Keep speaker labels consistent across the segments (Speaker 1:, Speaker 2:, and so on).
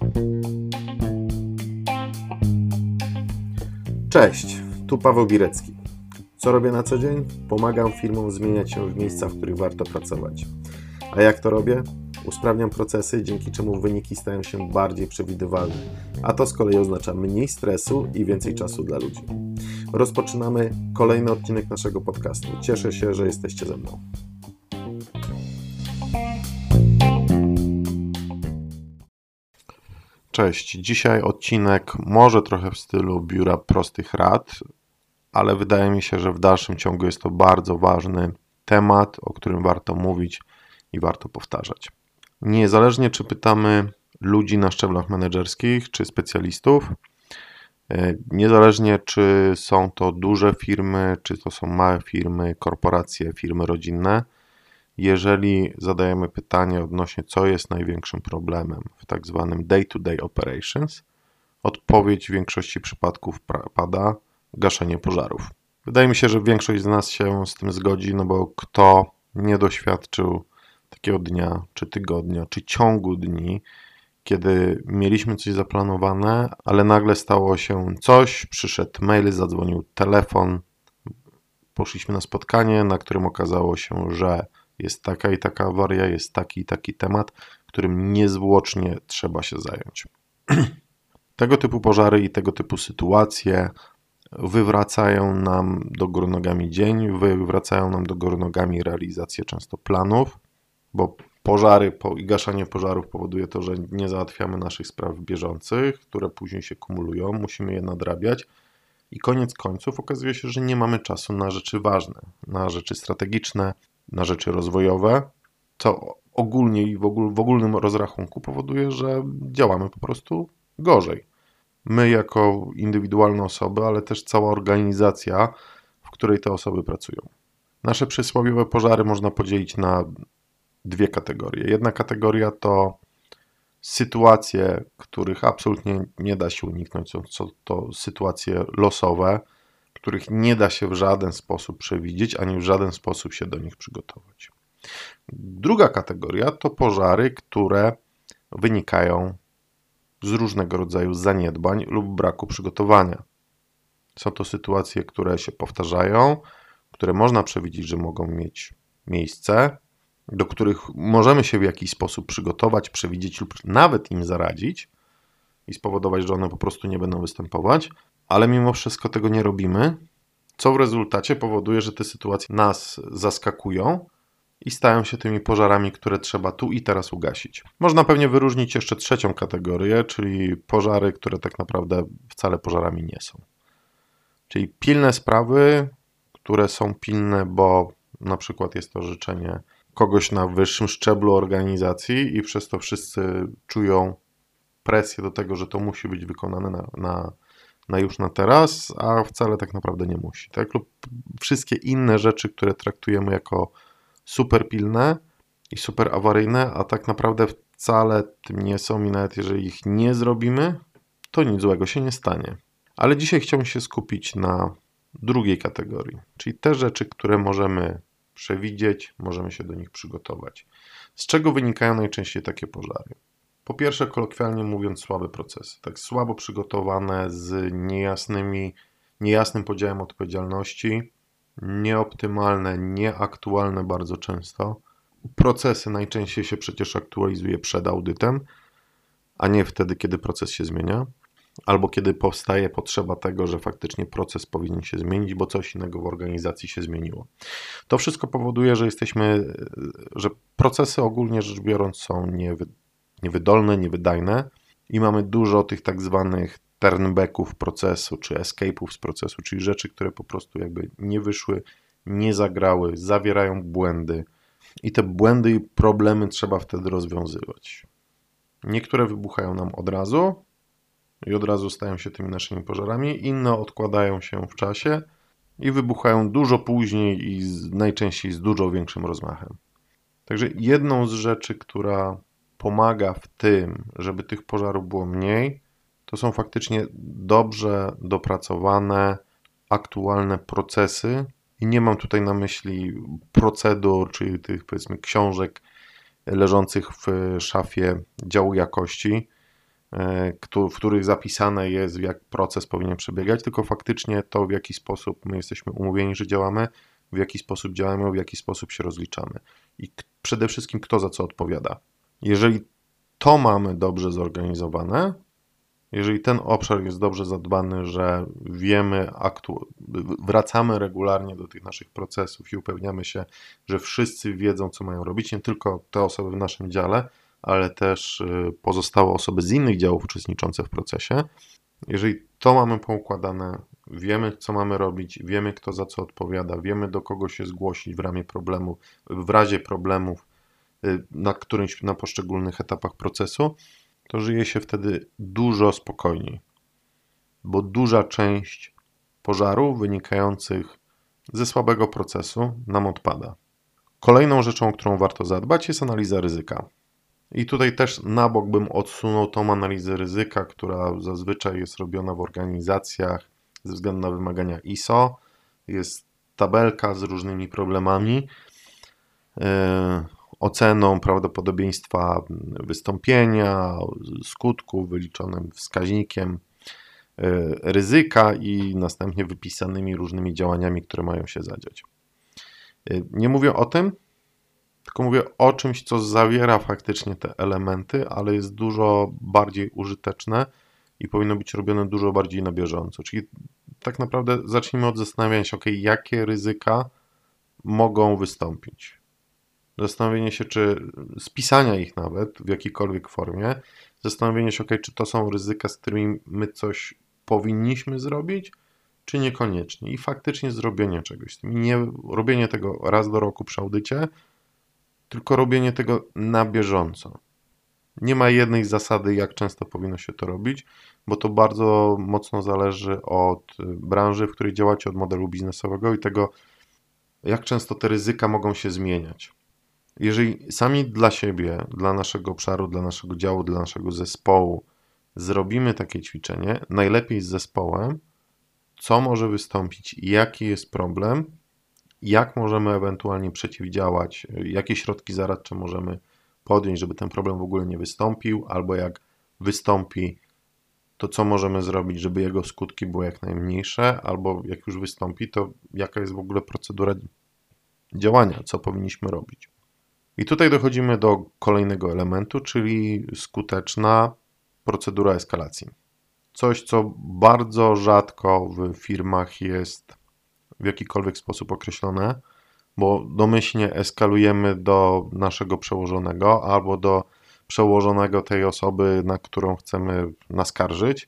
Speaker 1: Cześć, tu Paweł Birecki. Co robię na co dzień? Pomagam firmom zmieniać się w miejscach, w których warto pracować. A jak to robię? Usprawniam procesy, dzięki czemu wyniki stają się bardziej przewidywalne, a to z kolei oznacza mniej stresu i więcej czasu dla ludzi. Rozpoczynamy kolejny odcinek naszego podcastu. Cieszę się, że jesteście ze mną. Cześć, dzisiaj odcinek może trochę w stylu biura prostych rad, ale wydaje mi się, że w dalszym ciągu jest to bardzo ważny temat, o którym warto mówić i warto powtarzać. Niezależnie czy pytamy ludzi na szczeblach menedżerskich czy specjalistów, niezależnie czy są to duże firmy, czy to są małe firmy, korporacje, firmy rodzinne, jeżeli zadajemy pytanie odnośnie co jest największym problemem w tak zwanym day-to-day operations, odpowiedź w większości przypadków pada gaszenie pożarów. Wydaje mi się, że większość z nas się z tym zgodzi, no bo kto nie doświadczył takiego dnia, czy tygodnia, czy ciągu dni, kiedy mieliśmy coś zaplanowane, ale nagle stało się coś, przyszedł mail, zadzwonił telefon, poszliśmy na spotkanie, na którym okazało się, że jest taka i taka awaria, jest taki i taki temat, którym niezwłocznie trzeba się zająć. Tego typu pożary i tego typu sytuacje wywracają nam do góry nogami dzień, wywracają nam do góry nogami realizację często planów, bo pożary i gaszenie pożarów powoduje to, że nie załatwiamy naszych spraw bieżących, które później się kumulują, musimy je nadrabiać i koniec końców okazuje się, że nie mamy czasu na rzeczy ważne, na rzeczy strategiczne, na rzeczy rozwojowe, co ogólnie i w ogólnym rozrachunku powoduje, że działamy po prostu gorzej. My jako indywidualne osoby, ale też cała organizacja, w której te osoby pracują. Nasze przysłowiowe pożary można podzielić na dwie kategorie. Jedna kategoria to sytuacje, których absolutnie nie da się uniknąć, są to sytuacje losowe, których nie da się w żaden sposób przewidzieć, ani w żaden sposób się do nich przygotować. Druga kategoria to pożary, które wynikają z różnego rodzaju zaniedbań lub braku przygotowania. Są to sytuacje, które się powtarzają, które można przewidzieć, że mogą mieć miejsce, do których możemy się w jakiś sposób przygotować, przewidzieć lub nawet im zaradzić i spowodować, że one po prostu nie będą występować, ale mimo wszystko tego nie robimy, co w rezultacie powoduje, że te sytuacje nas zaskakują i stają się tymi pożarami, które trzeba tu i teraz ugasić. Można pewnie wyróżnić jeszcze trzecią kategorię, czyli pożary, które tak naprawdę wcale pożarami nie są. Czyli pilne sprawy, które są pilne, bo na przykład jest to życzenie kogoś na wyższym szczeblu organizacji i przez to wszyscy czują presję do tego, że to musi być wykonane na już na teraz, a wcale tak naprawdę nie musi. Tak? Lub wszystkie inne rzeczy, które traktujemy jako super pilne i super awaryjne, a tak naprawdę wcale tym nie są i nawet jeżeli ich nie zrobimy, to nic złego się nie stanie. Ale dzisiaj chciałbym się skupić na drugiej kategorii, czyli te rzeczy, które możemy przewidzieć, możemy się do nich przygotować. Z czego wynikają najczęściej takie pożary? Po pierwsze, kolokwialnie mówiąc, słabe procesy, tak słabo przygotowane z niejasnym podziałem odpowiedzialności, nieoptymalne, nieaktualne bardzo często. Procesy najczęściej się przecież aktualizuje przed audytem, a nie wtedy, kiedy proces się zmienia, albo kiedy powstaje potrzeba tego, że faktycznie proces powinien się zmienić, bo coś innego w organizacji się zmieniło. To wszystko powoduje, że procesy ogólnie rzecz biorąc są niewydolne, niewydajne i mamy dużo tych tak zwanych turnbacków procesu, czy escape'ów z procesu, czyli rzeczy, które po prostu jakby nie wyszły, nie zagrały, zawierają błędy i te błędy i problemy trzeba wtedy rozwiązywać. Niektóre wybuchają nam od razu i od razu stają się tymi naszymi pożarami, inne odkładają się w czasie i wybuchają dużo później i najczęściej z dużo większym rozmachem. Także jedną z rzeczy, która pomaga w tym, żeby tych pożarów było mniej, to są faktycznie dobrze dopracowane, aktualne procesy i nie mam tutaj na myśli procedur, czyli tych powiedzmy książek leżących w szafie działu jakości, w których zapisane jest, jak proces powinien przebiegać, tylko faktycznie to, w jaki sposób my jesteśmy umówieni, że działamy, w jaki sposób działamy, w jaki sposób się rozliczamy i przede wszystkim kto za co odpowiada. Jeżeli to mamy dobrze zorganizowane, jeżeli ten obszar jest dobrze zadbany, że wiemy, wracamy regularnie do tych naszych procesów i upewniamy się, że wszyscy wiedzą, co mają robić, nie tylko te osoby w naszym dziale, ale też pozostałe osoby z innych działów uczestniczące w procesie. Jeżeli to mamy poukładane, wiemy, co mamy robić, wiemy, kto za co odpowiada, wiemy, do kogo się zgłosić w razie problemów na poszczególnych etapach procesu, to żyje się wtedy dużo spokojniej, bo duża część pożarów wynikających ze słabego procesu nam odpada. Kolejną rzeczą, o którą warto zadbać, jest analiza ryzyka. I tutaj też na bok bym odsunął tą analizę ryzyka, która zazwyczaj jest robiona w organizacjach ze względu na wymagania ISO. Jest tabelka z różnymi problemami, oceną prawdopodobieństwa wystąpienia, skutków, wyliczonym wskaźnikiem ryzyka i następnie wypisanymi różnymi działaniami, które mają się zadziać. Nie mówię o tym, tylko mówię o czymś, co zawiera faktycznie te elementy, ale jest dużo bardziej użyteczne i powinno być robione dużo bardziej na bieżąco. Czyli tak naprawdę zacznijmy od zastanawiania się, jakie ryzyka mogą wystąpić. Zastanowienie się, czy spisania ich nawet w jakiejkolwiek formie, zastanowienie się, czy to są ryzyka, z którymi my coś powinniśmy zrobić, czy niekoniecznie. I faktycznie zrobienie czegoś z tym. Nie robienie tego raz do roku przy audycie, tylko robienie tego na bieżąco. Nie ma jednej zasady, jak często powinno się to robić, bo to bardzo mocno zależy od branży, w której działacie, od modelu biznesowego i tego, jak często te ryzyka mogą się zmieniać. Jeżeli sami dla siebie, dla naszego obszaru, dla naszego działu, dla naszego zespołu zrobimy takie ćwiczenie, najlepiej z zespołem, co może wystąpić, jaki jest problem, jak możemy ewentualnie przeciwdziałać, jakie środki zaradcze możemy podjąć, żeby ten problem w ogóle nie wystąpił, albo jak wystąpi, to co możemy zrobić, żeby jego skutki były jak najmniejsze, albo jak już wystąpi, to jaka jest w ogóle procedura działania, co powinniśmy robić. I tutaj dochodzimy do kolejnego elementu, czyli skuteczna procedura eskalacji. Coś, co bardzo rzadko w firmach jest w jakikolwiek sposób określone, bo domyślnie eskalujemy do naszego przełożonego albo do przełożonego tej osoby, na którą chcemy naskarżyć,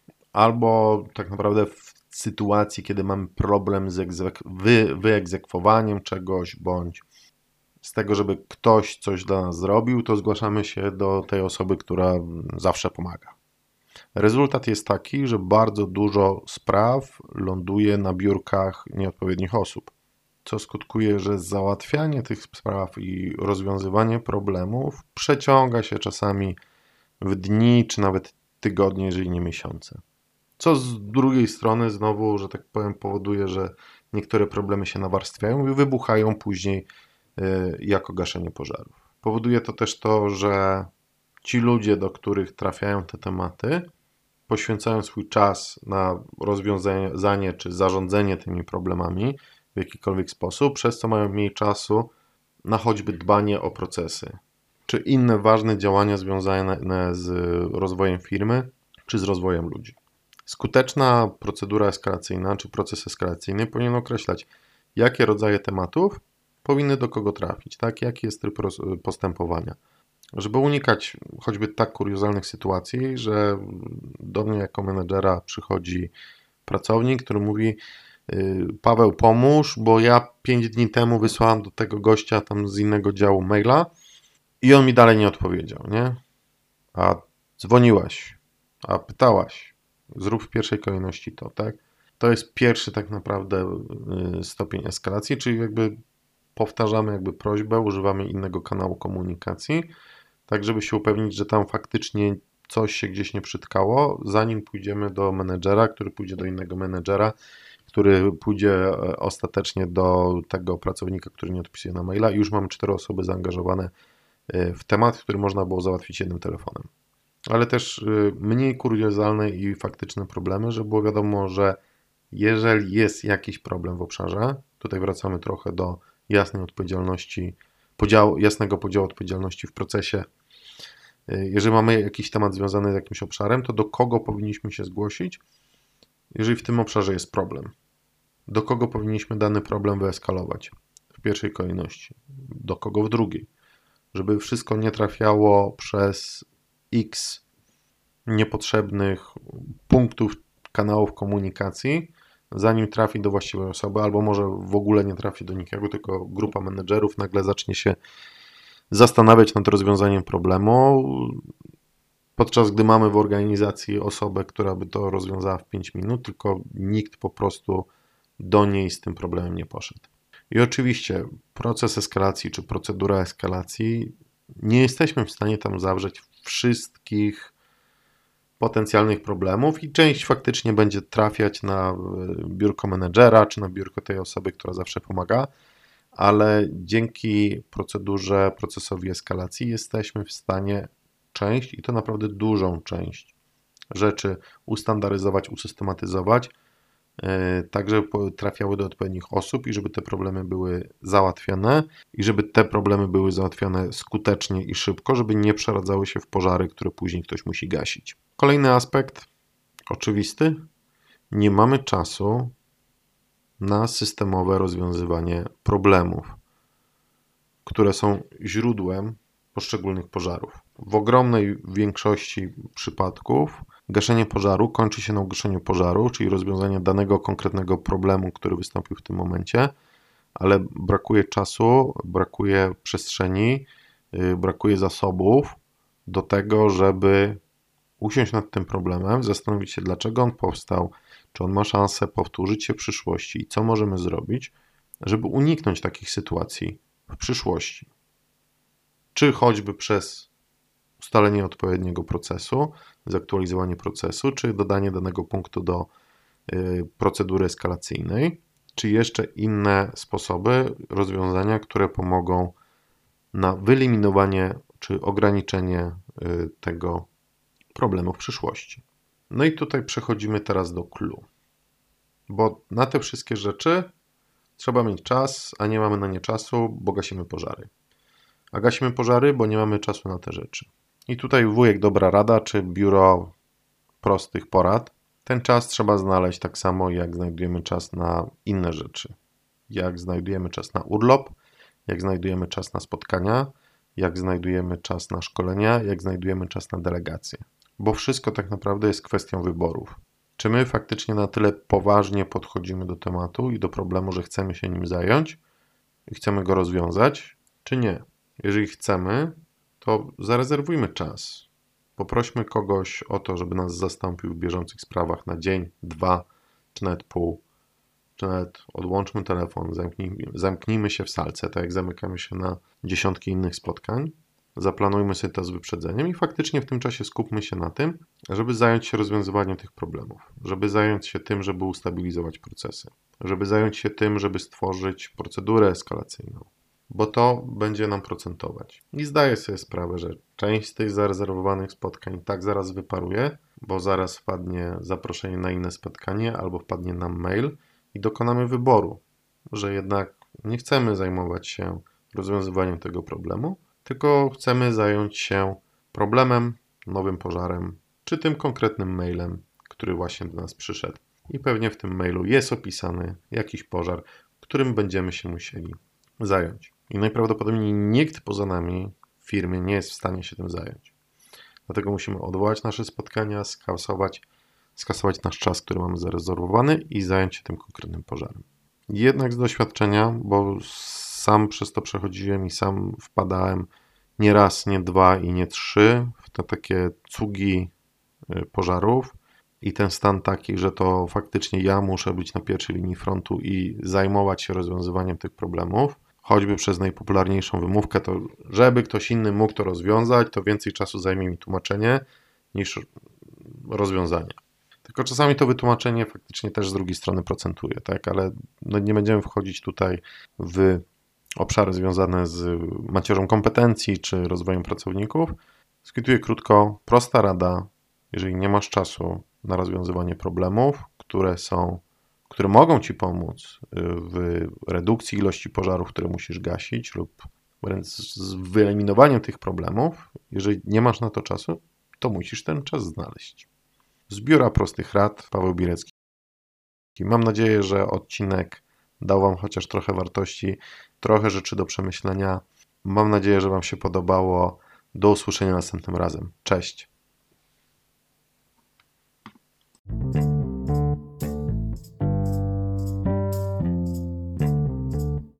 Speaker 1: albo tak naprawdę w sytuacji, kiedy mamy problem z wyegzekwowaniem czegoś, bądź z tego, żeby ktoś coś dla nas zrobił, to zgłaszamy się do tej osoby, która zawsze pomaga. Rezultat jest taki, że bardzo dużo spraw ląduje na biurkach nieodpowiednich osób, co skutkuje, że załatwianie tych spraw i rozwiązywanie problemów przeciąga się czasami w dni, czy nawet tygodnie, jeżeli nie miesiące. Co z drugiej strony znowu, że tak powiem, powoduje, że niektóre problemy się nawarstwiają i wybuchają później jako gaszenie pożarów. Powoduje to też to, że ci ludzie, do których trafiają te tematy, poświęcają swój czas na rozwiązanie czy zarządzanie tymi problemami w jakikolwiek sposób, przez co mają mniej czasu na choćby dbanie o procesy, czy inne ważne działania związane z rozwojem firmy, czy z rozwojem ludzi. Skuteczna procedura eskalacyjna, czy proces eskalacyjny powinien określać, jakie rodzaje tematów powinny do kogo trafić, tak? Jaki jest tryb postępowania. Żeby unikać choćby tak kuriozalnych sytuacji, że do mnie jako menedżera przychodzi pracownik, który mówi: Paweł, pomóż, bo ja 5 dni temu wysłałem do tego gościa tam z innego działu maila i on mi dalej nie odpowiedział, nie? A dzwoniłaś, a pytałaś, zrób w pierwszej kolejności to, tak? To jest pierwszy tak naprawdę stopień eskalacji, czyli jakby powtarzamy prośbę, używamy innego kanału komunikacji, tak żeby się upewnić, że tam faktycznie coś się gdzieś nie przytkało, zanim pójdziemy do menedżera, który pójdzie do innego menedżera, który pójdzie ostatecznie do tego pracownika, który nie odpisuje na maila i już mamy 4 osoby zaangażowane w temat, który można było załatwić jednym telefonem. ale też mniej kuriozalne i faktyczne problemy, żeby było wiadomo, że jeżeli jest jakiś problem w obszarze, tutaj wracamy trochę do jasnej odpowiedzialności, jasnego podziału odpowiedzialności w procesie. Jeżeli mamy jakiś temat związany z jakimś obszarem, to do kogo powinniśmy się zgłosić, jeżeli w tym obszarze jest problem? Do kogo powinniśmy dany problem wyeskalować w pierwszej kolejności? Do kogo w drugiej? Żeby wszystko nie trafiało przez X niepotrzebnych punktów, kanałów komunikacji, zanim trafi do właściwej osoby, albo może w ogóle nie trafi do nikogo, tylko grupa menedżerów nagle zacznie się zastanawiać nad rozwiązaniem problemu, podczas gdy mamy w organizacji osobę, która by to rozwiązała w 5 minut, tylko nikt po prostu do niej z tym problemem nie poszedł. I oczywiście proces eskalacji czy procedura eskalacji, nie jesteśmy w stanie tam zawrzeć wszystkich potencjalnych problemów i część faktycznie będzie trafiać na biurko menedżera czy na biurko tej osoby, która zawsze pomaga, ale dzięki procesowi eskalacji jesteśmy w stanie część, i to naprawdę dużą część rzeczy ustandaryzować, usystematyzować, tak żeby trafiały do odpowiednich osób i żeby te problemy były załatwiane i żeby te problemy były załatwiane skutecznie i szybko, żeby nie przeradzały się w pożary, które później ktoś musi gasić. Kolejny aspekt, oczywisty, nie mamy czasu na systemowe rozwiązywanie problemów, które są źródłem poszczególnych pożarów. W ogromnej większości przypadków gaszenie pożaru kończy się na ugaszeniu pożaru, czyli rozwiązanie danego konkretnego problemu, który wystąpił w tym momencie, ale brakuje czasu, brakuje przestrzeni, brakuje zasobów do tego, żeby usiąść nad tym problemem, zastanowić się, dlaczego on powstał, czy on ma szansę powtórzyć się w przyszłości i co możemy zrobić, żeby uniknąć takich sytuacji w przyszłości. Czy choćby przez ustalenie odpowiedniego procesu, zaktualizowanie procesu, czy dodanie danego punktu do procedury eskalacyjnej, czy jeszcze inne sposoby, rozwiązania, które pomogą na wyeliminowanie czy ograniczenie tego problemu w przyszłości. No i tutaj przechodzimy teraz do clou, bo na te wszystkie rzeczy trzeba mieć czas, a nie mamy na nie czasu, bo gasimy pożary. A gasimy pożary, bo nie mamy czasu na te rzeczy. I tutaj wujek dobra rada, czy biuro prostych porad. Ten czas trzeba znaleźć tak samo, jak znajdujemy czas na inne rzeczy. Jak znajdujemy czas na urlop, jak znajdujemy czas na spotkania, jak znajdujemy czas na szkolenia, jak znajdujemy czas na delegacje. Bo wszystko tak naprawdę jest kwestią wyborów. Czy my faktycznie na tyle poważnie podchodzimy do tematu i do problemu, że chcemy się nim zająć i chcemy go rozwiązać, czy nie? Jeżeli chcemy, to zarezerwujmy czas. Poprośmy kogoś o to, żeby nas zastąpił w bieżących sprawach na dzień, 2, czy nawet pół, czy nawet odłączmy telefon, zamknijmy się w salce, tak jak zamykamy się na dziesiątki innych spotkań. Zaplanujmy sobie to z wyprzedzeniem i faktycznie w tym czasie skupmy się na tym, żeby zająć się rozwiązywaniem tych problemów, żeby zająć się tym, żeby ustabilizować procesy, żeby zająć się tym, żeby stworzyć procedurę eskalacyjną, bo to będzie nam procentować. I zdaję sobie sprawę, że część z tych zarezerwowanych spotkań tak zaraz wyparuje, bo zaraz wpadnie zaproszenie na inne spotkanie albo wpadnie nam mail i dokonamy wyboru, że jednak nie chcemy zajmować się rozwiązywaniem tego problemu, tylko chcemy zająć się problemem, nowym pożarem, czy tym konkretnym mailem, który właśnie do nas przyszedł. I pewnie w tym mailu jest opisany jakiś pożar, którym będziemy się musieli zająć. I najprawdopodobniej nikt poza nami w firmie nie jest w stanie się tym zająć. Dlatego musimy odwołać nasze spotkania, skasować nasz czas, który mamy zarezerwowany i zająć się tym konkretnym pożarem. Jednak z doświadczenia, bo sam przez to przechodziłem i sam wpadałem nie raz, nie dwa i nie trzy w te takie cugi pożarów i ten stan taki, że to faktycznie ja muszę być na pierwszej linii frontu i zajmować się rozwiązywaniem tych problemów, choćby przez najpopularniejszą wymówkę, to żeby ktoś inny mógł to rozwiązać, to więcej czasu zajmie mi tłumaczenie niż rozwiązanie. Tylko czasami to wytłumaczenie faktycznie też z drugiej strony procentuje, tak? Ale no nie będziemy wchodzić tutaj w obszary związane z macierzą kompetencji czy rozwojem pracowników. Skwituję krótko, prosta rada, jeżeli nie masz czasu na rozwiązywanie problemów, które mogą Ci pomóc w redukcji ilości pożarów, które musisz gasić lub wręcz z wyeliminowaniem tych problemów, jeżeli nie masz na to czasu, to musisz ten czas znaleźć. Z Biura Prostych Rad, Paweł Birecki. Mam nadzieję, że odcinek dał Wam chociaż trochę wartości, trochę rzeczy do przemyślenia. Mam nadzieję, że Wam się podobało. Do usłyszenia następnym razem. Cześć.